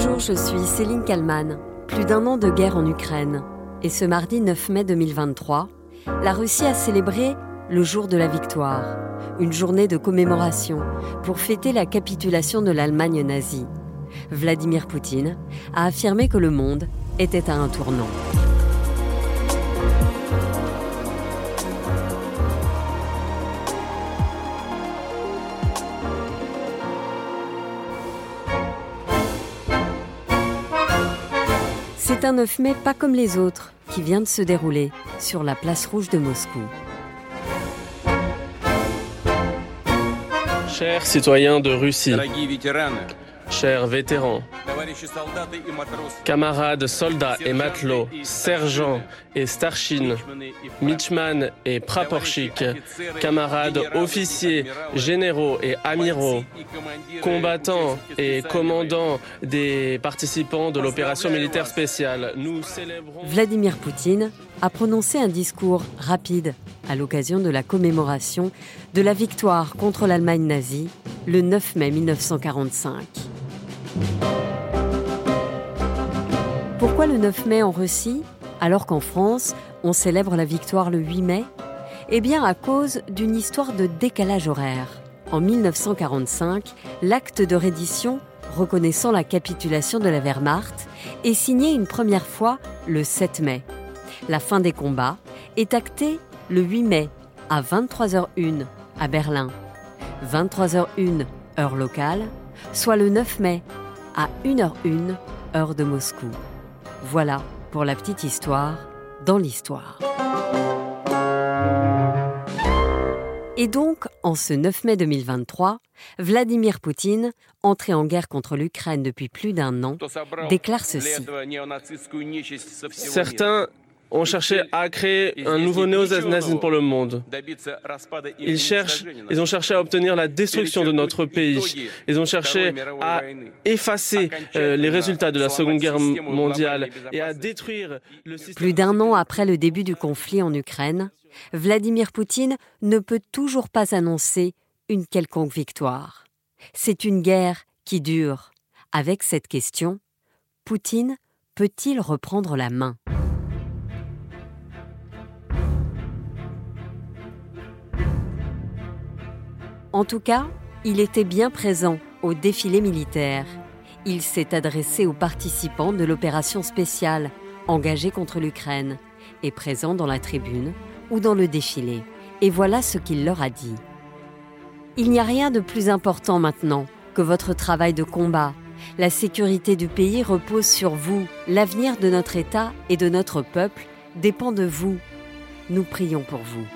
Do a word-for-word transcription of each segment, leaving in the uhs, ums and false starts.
Bonjour, je suis Céline Kallmann. Plus d'un an de guerre en Ukraine. Et ce mardi neuf mai deux mille vingt-trois, la Russie a célébré le jour de la victoire, une journée de commémoration pour fêter la capitulation de l'Allemagne nazie. Vladimir Poutine a affirmé que le monde était à un tournant. C'est un neuf mai pas comme les autres qui vient de se dérouler sur la place rouge de Moscou. Chers citoyens de Russie, chers vétérans, camarades soldats et matelots, sergents et starchines, michman et praporchik, camarades officiers, généraux et amiraux, combattants et commandants des participants de l'opération militaire spéciale, nous célébrons... Vladimir Poutine a prononcé un discours rapide à l'occasion de la commémoration de la victoire contre l'Allemagne nazie le neuf mai mille neuf cent quarante-cinq. Pourquoi le neuf mai en Russie, alors qu'en France, on célèbre la victoire le huit mai ? Eh bien, à cause d'une histoire de décalage horaire. En mille neuf cent quarante-cinq, l'acte de reddition reconnaissant la capitulation de la Wehrmacht est signé une première fois le sept mai. La fin des combats est actée le huit mai à vingt-trois heures une à Berlin, vingt-trois heures une heure locale, soit le neuf mai à une heure une heure de Moscou. Voilà pour la petite histoire dans l'histoire. Et donc, en ce neuf mai deux mille vingt-trois, Vladimir Poutine, entré en guerre contre l'Ukraine depuis plus d'un an, déclare ceci. Certains ont cherché à créer un nouveau néo-nazisme pour le monde. Ils, cherchent, ils ont cherché à obtenir la destruction de notre pays. Ils ont cherché à effacer euh, les résultats de la Seconde Guerre mondiale et à détruire le système... Plus d'un an après le début du conflit en Ukraine, Vladimir Poutine ne peut toujours pas annoncer une quelconque victoire. C'est une guerre qui dure. Avec cette question, Poutine peut-il reprendre la main ? En tout cas, il était bien présent au défilé militaire. Il s'est adressé aux participants de l'opération spéciale engagée contre l'Ukraine et présent dans la tribune ou dans le défilé. Et voilà ce qu'il leur a dit. Il n'y a rien de plus important maintenant que votre travail de combat. La sécurité du pays repose sur vous. L'avenir de notre État et de notre peuple dépend de vous. Nous prions pour vous.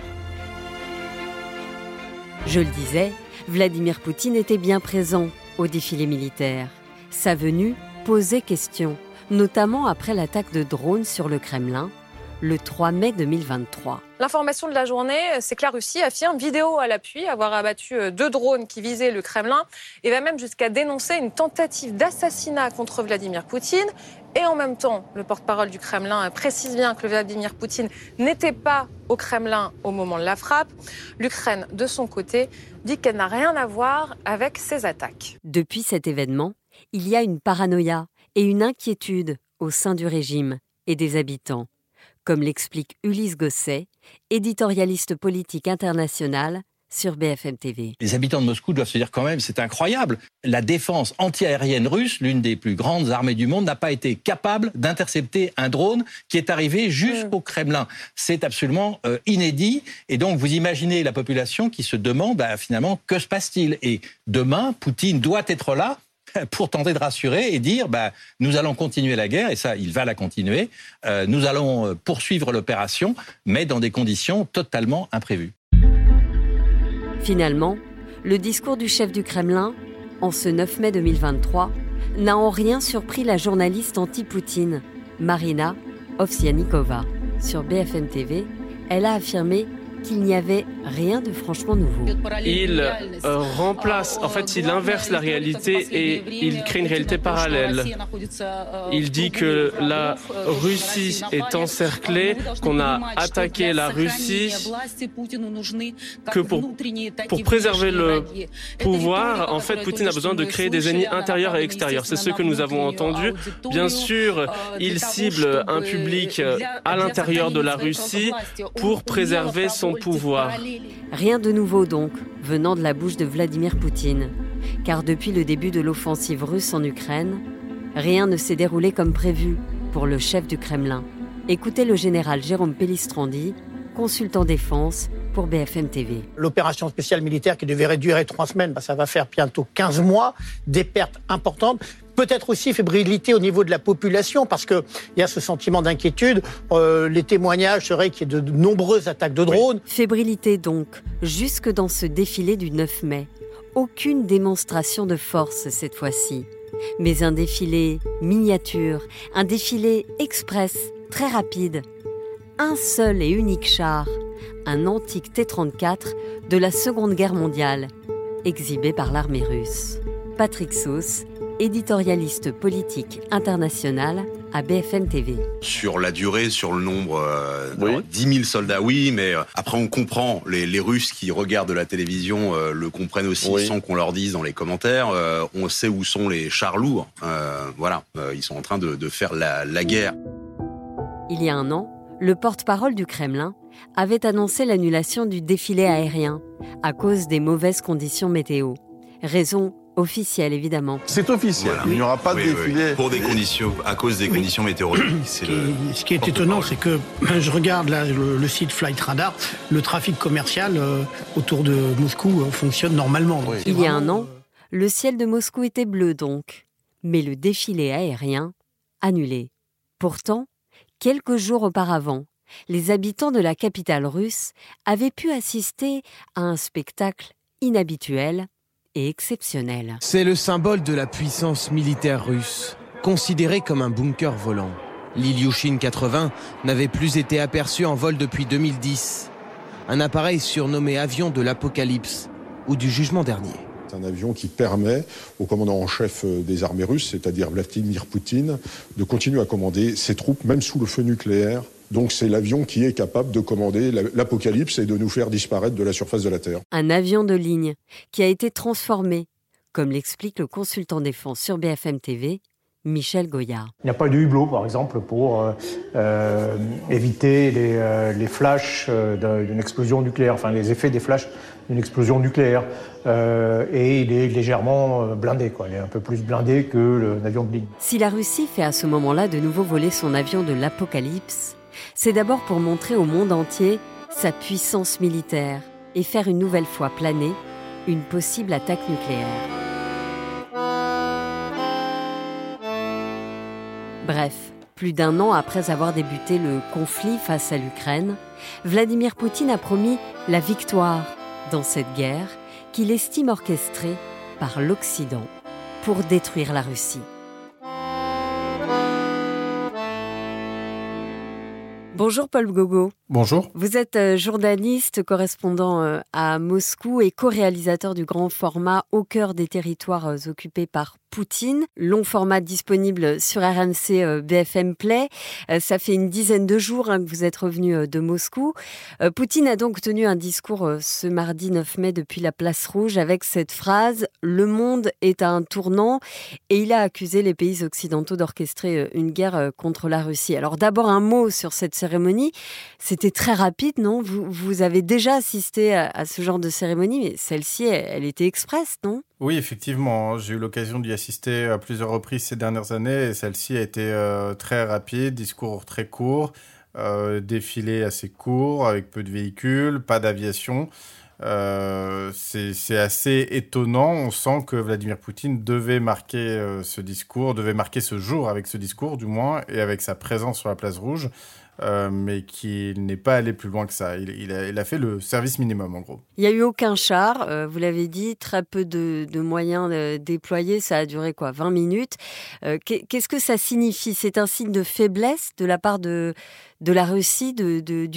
Je le disais, Vladimir Poutine était bien présent au défilé militaire. Sa venue posait question, notamment après l'attaque de drones sur le Kremlin, le trois mai deux mille vingt-trois. L'information de la journée, c'est que la Russie affirme, vidéo à l'appui, avoir abattu deux drones qui visaient le Kremlin et va même jusqu'à dénoncer une tentative d'assassinat contre Vladimir Poutine. Et en même temps, le porte-parole du Kremlin précise bien que Vladimir Poutine n'était pas au Kremlin au moment de la frappe. L'Ukraine, de son côté, dit qu'elle n'a rien à voir avec ces attaques. Depuis cet événement, il y a une paranoïa et une inquiétude au sein du régime et des habitants, comme l'explique Ulysse Gosset, éditorialiste politique international sur B F M T V. Les habitants de Moscou doivent se dire quand même, c'est incroyable. La défense anti-aérienne russe, l'une des plus grandes armées du monde, n'a pas été capable d'intercepter un drone qui est arrivé jusqu'au mmh. Kremlin. C'est absolument euh, inédit. Et donc, vous imaginez la population qui se demande, bah, finalement, que se passe-t-il ? Et demain, Poutine doit être là pour tenter de rassurer et dire bah, nous allons continuer la guerre, et ça, il va la continuer. Euh, nous allons poursuivre l'opération, mais dans des conditions totalement imprévues. Finalement, le discours du chef du Kremlin, en ce neuf mai deux mille vingt-trois, n'a en rien surpris la journaliste anti-Poutine, Marina Ovsianikova. Sur B F M T V, elle a affirmé qu'il n'y avait rien de franchement nouveau. Il euh, remplace, en fait, il inverse la réalité et il crée une réalité parallèle. Il dit que la Russie est encerclée, qu'on a attaqué la Russie, que pour, pour préserver le pouvoir, en fait, Poutine a besoin de créer des ennemis intérieurs et extérieurs. C'est ce que nous avons entendu. Bien sûr, il cible un public à l'intérieur de la Russie pour préserver son pouvoir. Rien de nouveau donc, venant de la bouche de Vladimir Poutine. Car depuis le début de l'offensive russe en Ukraine, rien ne s'est déroulé comme prévu pour le chef du Kremlin. Écoutez le général Jérôme Pellistrandi, consultant défense pour B F M T V. L'opération spéciale militaire qui devait durer trois semaines, bah ça va faire bientôt quinze mois, des pertes importantes. Peut-être aussi fébrilité au niveau de la population, parce qu'il y a ce sentiment d'inquiétude. Euh, les témoignages seraient qu'il y ait de nombreuses attaques de drones. Oui. Fébrilité donc, jusque dans ce défilé du neuf mai. Aucune démonstration de force cette fois-ci, mais un défilé miniature, un défilé express, très rapide. Un seul et unique char, un antique T trente-quatre de la Seconde Guerre mondiale, exhibé par l'armée russe. Patrick Sauce, éditorialiste politique international à B F M T V. Sur la durée, sur le nombre, euh, oui. alors, dix mille soldats, oui, mais euh, après on comprend, les, les Russes qui regardent la télévision euh, le comprennent aussi oui. sans qu'on leur dise dans les commentaires. Euh, on sait où sont les chars lourds. Euh, voilà, euh, ils sont en train de, de faire la, la guerre. Il y a un an, le porte-parole du Kremlin avait annoncé l'annulation du défilé aérien à cause des mauvaises conditions météo. Raison officielle, évidemment. C'est officiel, voilà. Il n'y aura pas oui, de défilé. Oui. Pour des conditions, à cause des conditions oui. météorologiques. Ce qui, est, ce qui est étonnant, c'est que je regarde là, le, le site Flight Radar, le trafic commercial euh, autour de Moscou euh, fonctionne normalement. Oui. Il y a un an, le ciel de Moscou était bleu donc, mais le défilé aérien annulé. Pourtant, quelques jours auparavant, les habitants de la capitale russe avaient pu assister à un spectacle inhabituel et exceptionnel. C'est le symbole de la puissance militaire russe, considéré comme un bunker volant. L'Ilyushin quatre-vingts n'avait plus été aperçu en vol depuis deux mille dix. Un appareil surnommé avion de l'Apocalypse ou du jugement dernier. C'est un avion qui permet au commandant en chef des armées russes, c'est-à-dire Vladimir Poutine, de continuer à commander ses troupes, même sous le feu nucléaire. Donc c'est l'avion qui est capable de commander l'apocalypse et de nous faire disparaître de la surface de la Terre. Un avion de ligne qui a été transformé, comme l'explique le consultant défense sur B F M T V, Michel Goyard. Il n'y a pas de hublot, par exemple, pour euh, euh, éviter les, euh, les flashs euh, d'une explosion nucléaire, enfin les effets des flashs d'une explosion nucléaire. Euh, et il est légèrement blindé, quoi. Il est un peu plus blindé que l'avion de ligne. Si la Russie fait à ce moment-là de nouveau voler son avion de l'Apocalypse, c'est d'abord pour montrer au monde entier sa puissance militaire et faire une nouvelle fois planer une possible attaque nucléaire. Bref, plus d'un an après avoir débuté le conflit face à l'Ukraine, Vladimir Poutine a promis la victoire dans cette guerre qu'il estime orchestrée par l'Occident pour détruire la Russie. Bonjour Paul Gogo. Bonjour. Vous êtes journaliste, correspondant à Moscou et co-réalisateur du grand format Au cœur des territoires occupés par Poutine. Long format disponible sur R M C B F M Play. Ça fait une dizaine de jours hein, que vous êtes revenu de Moscou. Poutine a donc tenu un discours ce mardi neuf mai depuis la Place Rouge avec cette phrase « Le monde est à un tournant » et il a accusé les pays occidentaux d'orchestrer une guerre contre la Russie. Alors d'abord un mot sur cette cérémonie. C'était très rapide, non ? vous, vous avez déjà assisté à, à ce genre de cérémonie, mais celle-ci, elle, elle était express, non ? Oui, effectivement. J'ai eu l'occasion d'y assister à plusieurs reprises ces dernières années et celle-ci a été euh, très rapide, discours très court, euh, défilé assez court, avec peu de véhicules, pas d'aviation. Euh, c'est, c'est assez étonnant. On sent que Vladimir Poutine devait marquer euh, ce discours, devait marquer ce jour avec ce discours, du moins, et avec sa présence sur la Place Rouge. Euh, mais qu'il n'est pas allé plus loin que ça. Il, il, a, il a fait le service minimum, en gros. Il n'y a eu aucun char, euh, vous l'avez dit, très peu de, de moyens euh, déployés, ça a duré quoi, vingt minutes. Euh, qu'est-ce que ça signifie ? C'est un signe de faiblesse de la part de, de la Russie, de, de, du Kremlin ?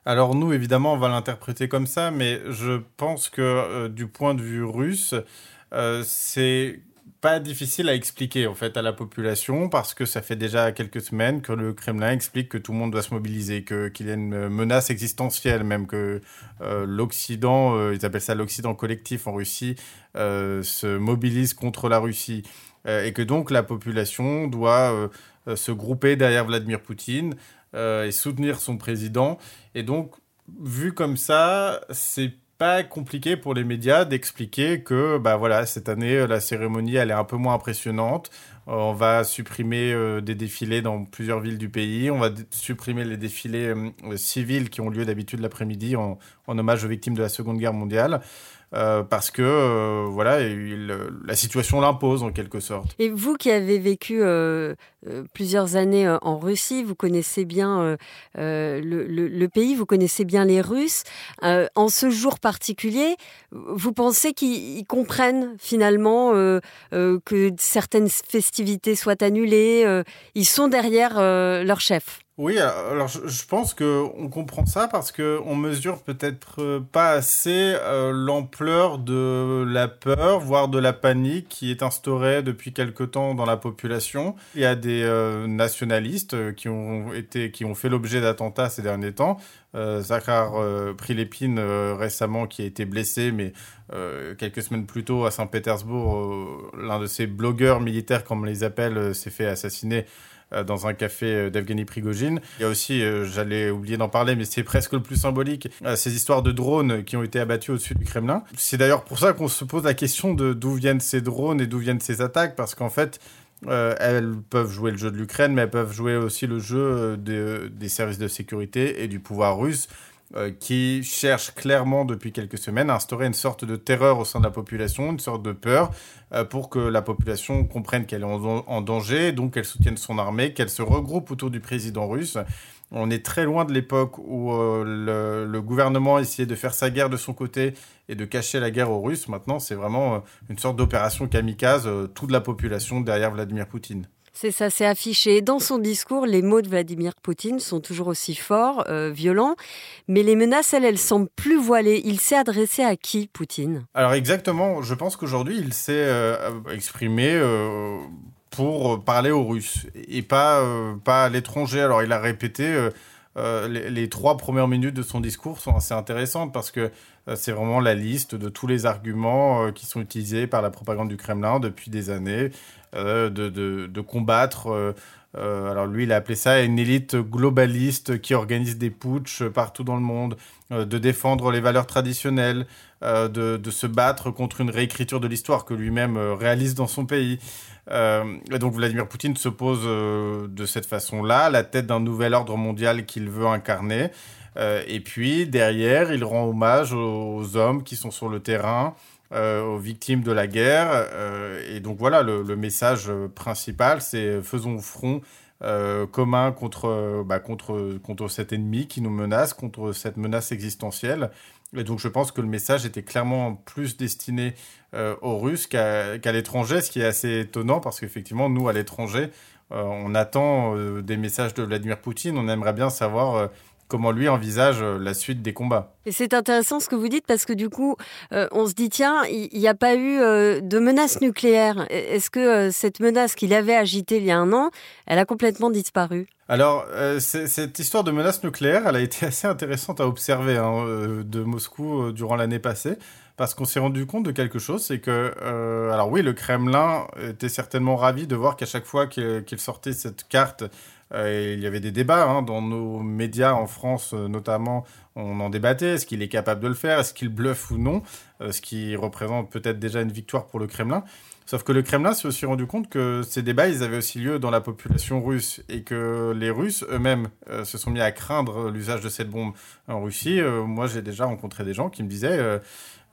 Alors nous, évidemment, on va l'interpréter comme ça, mais je pense que euh, du point de vue russe, euh, c'est pas difficile à expliquer en fait à la population parce que ça fait déjà quelques semaines que le Kremlin explique que tout le monde doit se mobiliser, que, qu'il y a une menace existentielle, même que euh, l'Occident, euh, ils appellent ça l'Occident collectif en Russie, euh, se mobilise contre la Russie euh, et que donc la population doit euh, se grouper derrière Vladimir Poutine euh, et soutenir son président. Et donc, vu comme ça, c'est pas compliqué pour les médias d'expliquer que bah voilà, cette année, la cérémonie, elle est un peu moins impressionnante. Euh, on va supprimer euh, des défilés dans plusieurs villes du pays. On va d- supprimer les défilés euh, civils qui ont lieu d'habitude l'après-midi en, en hommage aux victimes de la Seconde Guerre mondiale. Euh, parce que euh, voilà, il, la situation l'impose en quelque sorte. Et vous qui avez vécu euh, euh, plusieurs années euh, en Russie, vous connaissez bien euh, euh, le, le, le pays, vous connaissez bien les Russes. Euh, en ce jour particulier, vous pensez qu'ils ils comprennent finalement euh, euh, que certaines festivités soient annulées, euh, ils sont derrière euh, leur chef? Oui, alors je, je pense qu'on comprend ça parce qu'on mesure peut-être pas assez euh, l'ampleur de la peur, voire de la panique qui est instaurée depuis quelque temps dans la population. Il y a des euh, nationalistes qui ont, été, qui ont fait l'objet d'attentats ces derniers temps. Euh, Zakhar euh, Prilepine euh, récemment qui a été blessé, mais euh, quelques semaines plus tôt à Saint-Pétersbourg, euh, l'un de ces blogueurs militaires, comme on les appelle, euh, s'est fait assassiner dans un café d'Evgeny Prigojine. Il y a aussi, euh, j'allais oublier d'en parler, mais c'est presque le plus symbolique, euh, ces histoires de drones qui ont été abattus au-dessus du Kremlin. C'est d'ailleurs pour ça qu'on se pose la question de d'où viennent ces drones et d'où viennent ces attaques, parce qu'en fait, euh, elles peuvent jouer le jeu de l'Ukraine, mais elles peuvent jouer aussi le jeu des, des services de sécurité et du pouvoir russe, Euh, qui cherche clairement depuis quelques semaines à instaurer une sorte de terreur au sein de la population, une sorte de peur, euh, pour que la population comprenne qu'elle est en, en danger, donc qu'elle soutienne son armée, qu'elle se regroupe autour du président russe. On est très loin de l'époque où euh, le, le gouvernement essayait de faire sa guerre de son côté et de cacher la guerre aux Russes. Maintenant, c'est vraiment euh, une sorte d'opération kamikaze, euh, toute la population derrière Vladimir Poutine. C'est ça, c'est affiché. Dans son discours, les mots de Vladimir Poutine sont toujours aussi forts, euh, violents, mais les menaces, elles, elles semblent plus voilées. Il s'est adressé à qui, Poutine ? Alors exactement, je pense qu'aujourd'hui, il s'est euh, exprimé euh, pour parler aux Russes et pas, euh, pas à l'étranger. Alors il a répété, euh, euh, les, les trois premières minutes de son discours sont assez intéressantes parce que euh, c'est vraiment la liste de tous les arguments euh, qui sont utilisés par la propagande du Kremlin depuis des années. Euh, de, de, de combattre, euh, euh, alors lui il a appelé ça une élite globaliste qui organise des putschs partout dans le monde, euh, de défendre les valeurs traditionnelles, euh, de, de se battre contre une réécriture de l'histoire que lui-même euh, réalise dans son pays. Euh, et donc Vladimir Poutine se pose euh, de cette façon-là, à la tête d'un nouvel ordre mondial qu'il veut incarner. Euh, et puis derrière, il rend hommage aux, aux hommes qui sont sur le terrain, Euh, aux victimes de la guerre. Euh, et donc voilà, le, le message principal, c'est faisons front euh, commun contre, bah, contre, contre cet ennemi qui nous menace, contre cette menace existentielle. Et donc je pense que le message était clairement plus destiné euh, aux Russes qu'à, qu'à l'étranger, ce qui est assez étonnant parce qu'effectivement, nous, à l'étranger, euh, on attend euh, des messages de Vladimir Poutine, on aimerait bien savoir euh, comment lui envisage la suite des combats. Et c'est intéressant ce que vous dites parce que du coup, euh, on se dit, tiens, il n'y a pas eu euh, de menace nucléaire. Est-ce que euh, cette menace qu'il avait agitée il y a un an, elle a complètement disparu ? Alors, euh, cette histoire de menace nucléaire, elle a été assez intéressante à observer hein, euh, de Moscou euh, durant l'année passée, parce qu'on s'est rendu compte de quelque chose, c'est que, euh, alors oui, le Kremlin était certainement ravi de voir qu'à chaque fois qu'il, qu'il sortait cette carte, euh, il y avait des débats hein, dans nos médias en France, euh, notamment, on en débattait, est-ce qu'il est capable de le faire, est-ce qu'il bluffe ou non, euh, ce qui représente peut-être déjà une victoire pour le Kremlin. Sauf que le Kremlin s'est aussi rendu compte que ces débats, ils avaient aussi lieu dans la population russe et que les Russes eux-mêmes euh, se sont mis à craindre l'usage de cette bombe en Russie. Euh, moi, j'ai déjà rencontré des gens qui me disaient euh,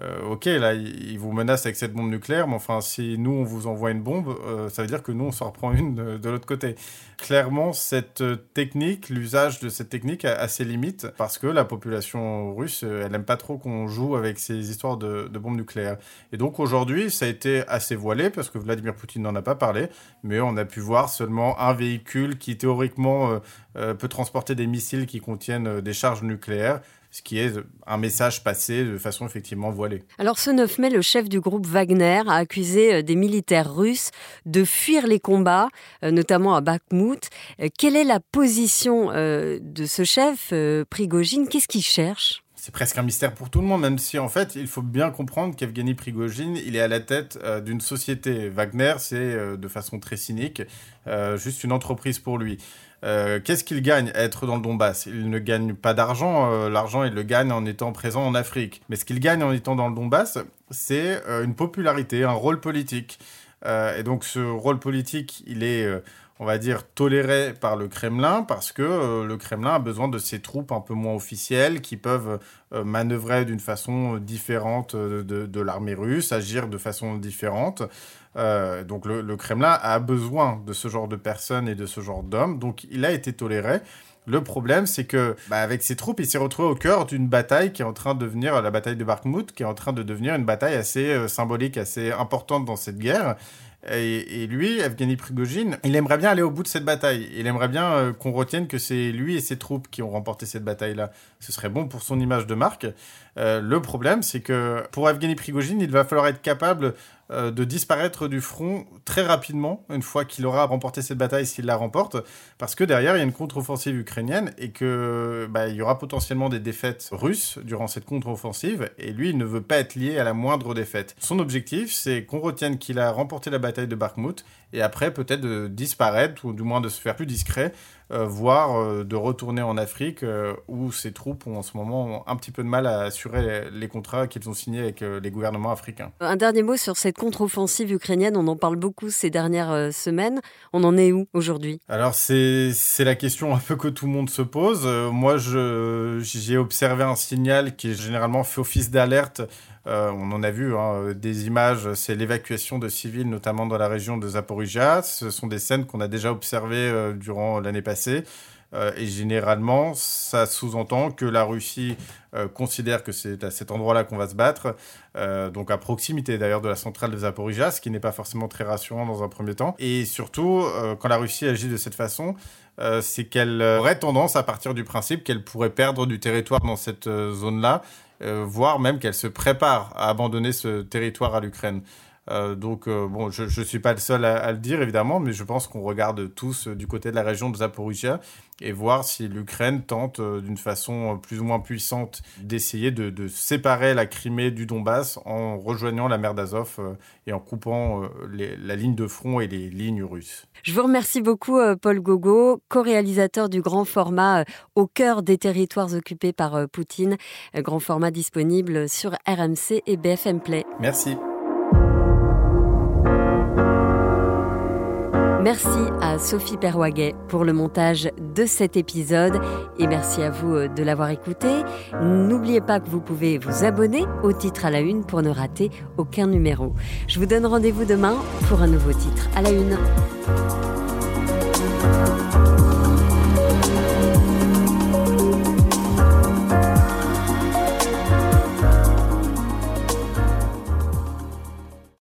Euh, ok, là, ils vous menacent avec cette bombe nucléaire, mais enfin, si nous, on vous envoie une bombe, euh, ça veut dire que nous, on s'en reprend une de, de l'autre côté. Clairement, cette technique, l'usage de cette technique a, a ses limites, parce que la population russe, elle n'aime pas trop qu'on joue avec ces histoires de, de bombes nucléaires. Et donc, aujourd'hui, ça a été assez voilé, parce que Vladimir Poutine n'en a pas parlé, mais on a pu voir seulement un véhicule qui, théoriquement, euh, euh, peut transporter des missiles qui contiennent euh, des charges nucléaires, ce qui est un message passé de façon effectivement voilée. Alors ce neuf mai, le chef du groupe Wagner a accusé des militaires russes de fuir les combats, notamment à Bakhmout. Quelle est la position de ce chef, Prigojine ? Qu'est-ce qu'il cherche ? C'est presque un mystère pour tout le monde, même si en fait, il faut bien comprendre qu'Evgeny Prigojine, il est à la tête euh, d'une société. Wagner, c'est euh, de façon très cynique, euh, juste une entreprise pour lui. Euh, qu'est-ce qu'il gagne à être dans le Donbass ? Il ne gagne pas d'argent, euh, l'argent il le gagne en étant présent en Afrique. Mais ce qu'il gagne en étant dans le Donbass, c'est euh, une popularité, un rôle politique. Euh, et donc ce rôle politique, il est... Euh, on va dire, toléré par le Kremlin, parce que euh, le Kremlin a besoin de ses troupes un peu moins officielles qui peuvent euh, manœuvrer d'une façon différente de, de, de l'armée russe, agir de façon différente. Euh, donc le, le Kremlin a besoin de ce genre de personnes et de ce genre d'hommes, donc il a été toléré. Le problème, c'est que, bah, avec ses troupes, il s'est retrouvé au cœur d'une bataille qui est en train de devenir, la bataille de Bakhmout, qui est en train de devenir une bataille assez euh, symbolique, assez importante dans cette guerre. Et, et lui, Evgeny Prigojine, il aimerait bien aller au bout de cette bataille. Il aimerait bien euh, qu'on retienne que c'est lui et ses troupes qui ont remporté cette bataille-là. Ce serait bon pour son image de marque. Euh, le problème, c'est que pour Evgeny Prigojine, il va falloir être capable euh, de disparaître du front très rapidement, une fois qu'il aura remporté cette bataille, s'il la remporte, parce que derrière, il y a une contre-offensive ukrainienne et que bah, il y aura potentiellement des défaites russes durant cette contre-offensive, et lui, il ne veut pas être lié à la moindre défaite. Son objectif, c'est qu'on retienne qu'il a remporté la bataille de Bakhmout, et après, peut-être de disparaître, ou du moins de se faire plus discret, euh, voire euh, de retourner en Afrique, euh, où ses troupes ont en ce moment un petit peu de mal à assurer les, les contrats qu'ils ont signés avec euh, les gouvernements africains. Un dernier mot sur cette contre-offensive ukrainienne, on en parle beaucoup ces dernières euh, semaines. On en est où aujourd'hui ? Alors, c'est, c'est la question un peu que tout le monde se pose. Euh, moi, je, j'ai observé un signal qui généralement fait office d'alerte. Euh, on en a vu hein, des images, c'est l'évacuation de civils, notamment dans la région de Zaporizhzhia. Ce sont des scènes qu'on a déjà observées euh, durant l'année passée. Euh, et généralement, ça sous-entend que la Russie euh, considère que c'est à cet endroit-là qu'on va se battre, euh, donc à proximité d'ailleurs de la centrale de Zaporizhzhia, ce qui n'est pas forcément très rassurant dans un premier temps. Et surtout, euh, quand la Russie agit de cette façon, euh, c'est qu'elle aurait tendance à partir du principe qu'elle pourrait perdre du territoire dans cette euh, zone-là, euh, voire même qu'elle se prépare à abandonner ce territoire à l'Ukraine. Euh, donc, euh, bon, je ne suis pas le seul à, à le dire, évidemment, mais je pense qu'on regarde tous euh, du côté de la région de Zaporizhzhia et voir si l'Ukraine tente euh, d'une façon euh, plus ou moins puissante d'essayer de, de séparer la Crimée du Donbass en rejoignant la mer d'Azov euh, et en coupant euh, les, la ligne de front et les lignes russes. Je vous remercie beaucoup, euh, Paul Gogo, co-réalisateur du grand format euh, Au cœur des territoires occupés par euh, Poutine, euh, grand format disponible sur R M C et B F M Play. Merci. Merci à Sophie Perwaguet pour le montage de cet épisode et merci à vous de l'avoir écouté. N'oubliez pas que vous pouvez vous abonner au Titre à la Une pour ne rater aucun numéro. Je vous donne rendez-vous demain pour un nouveau Titre à la Une.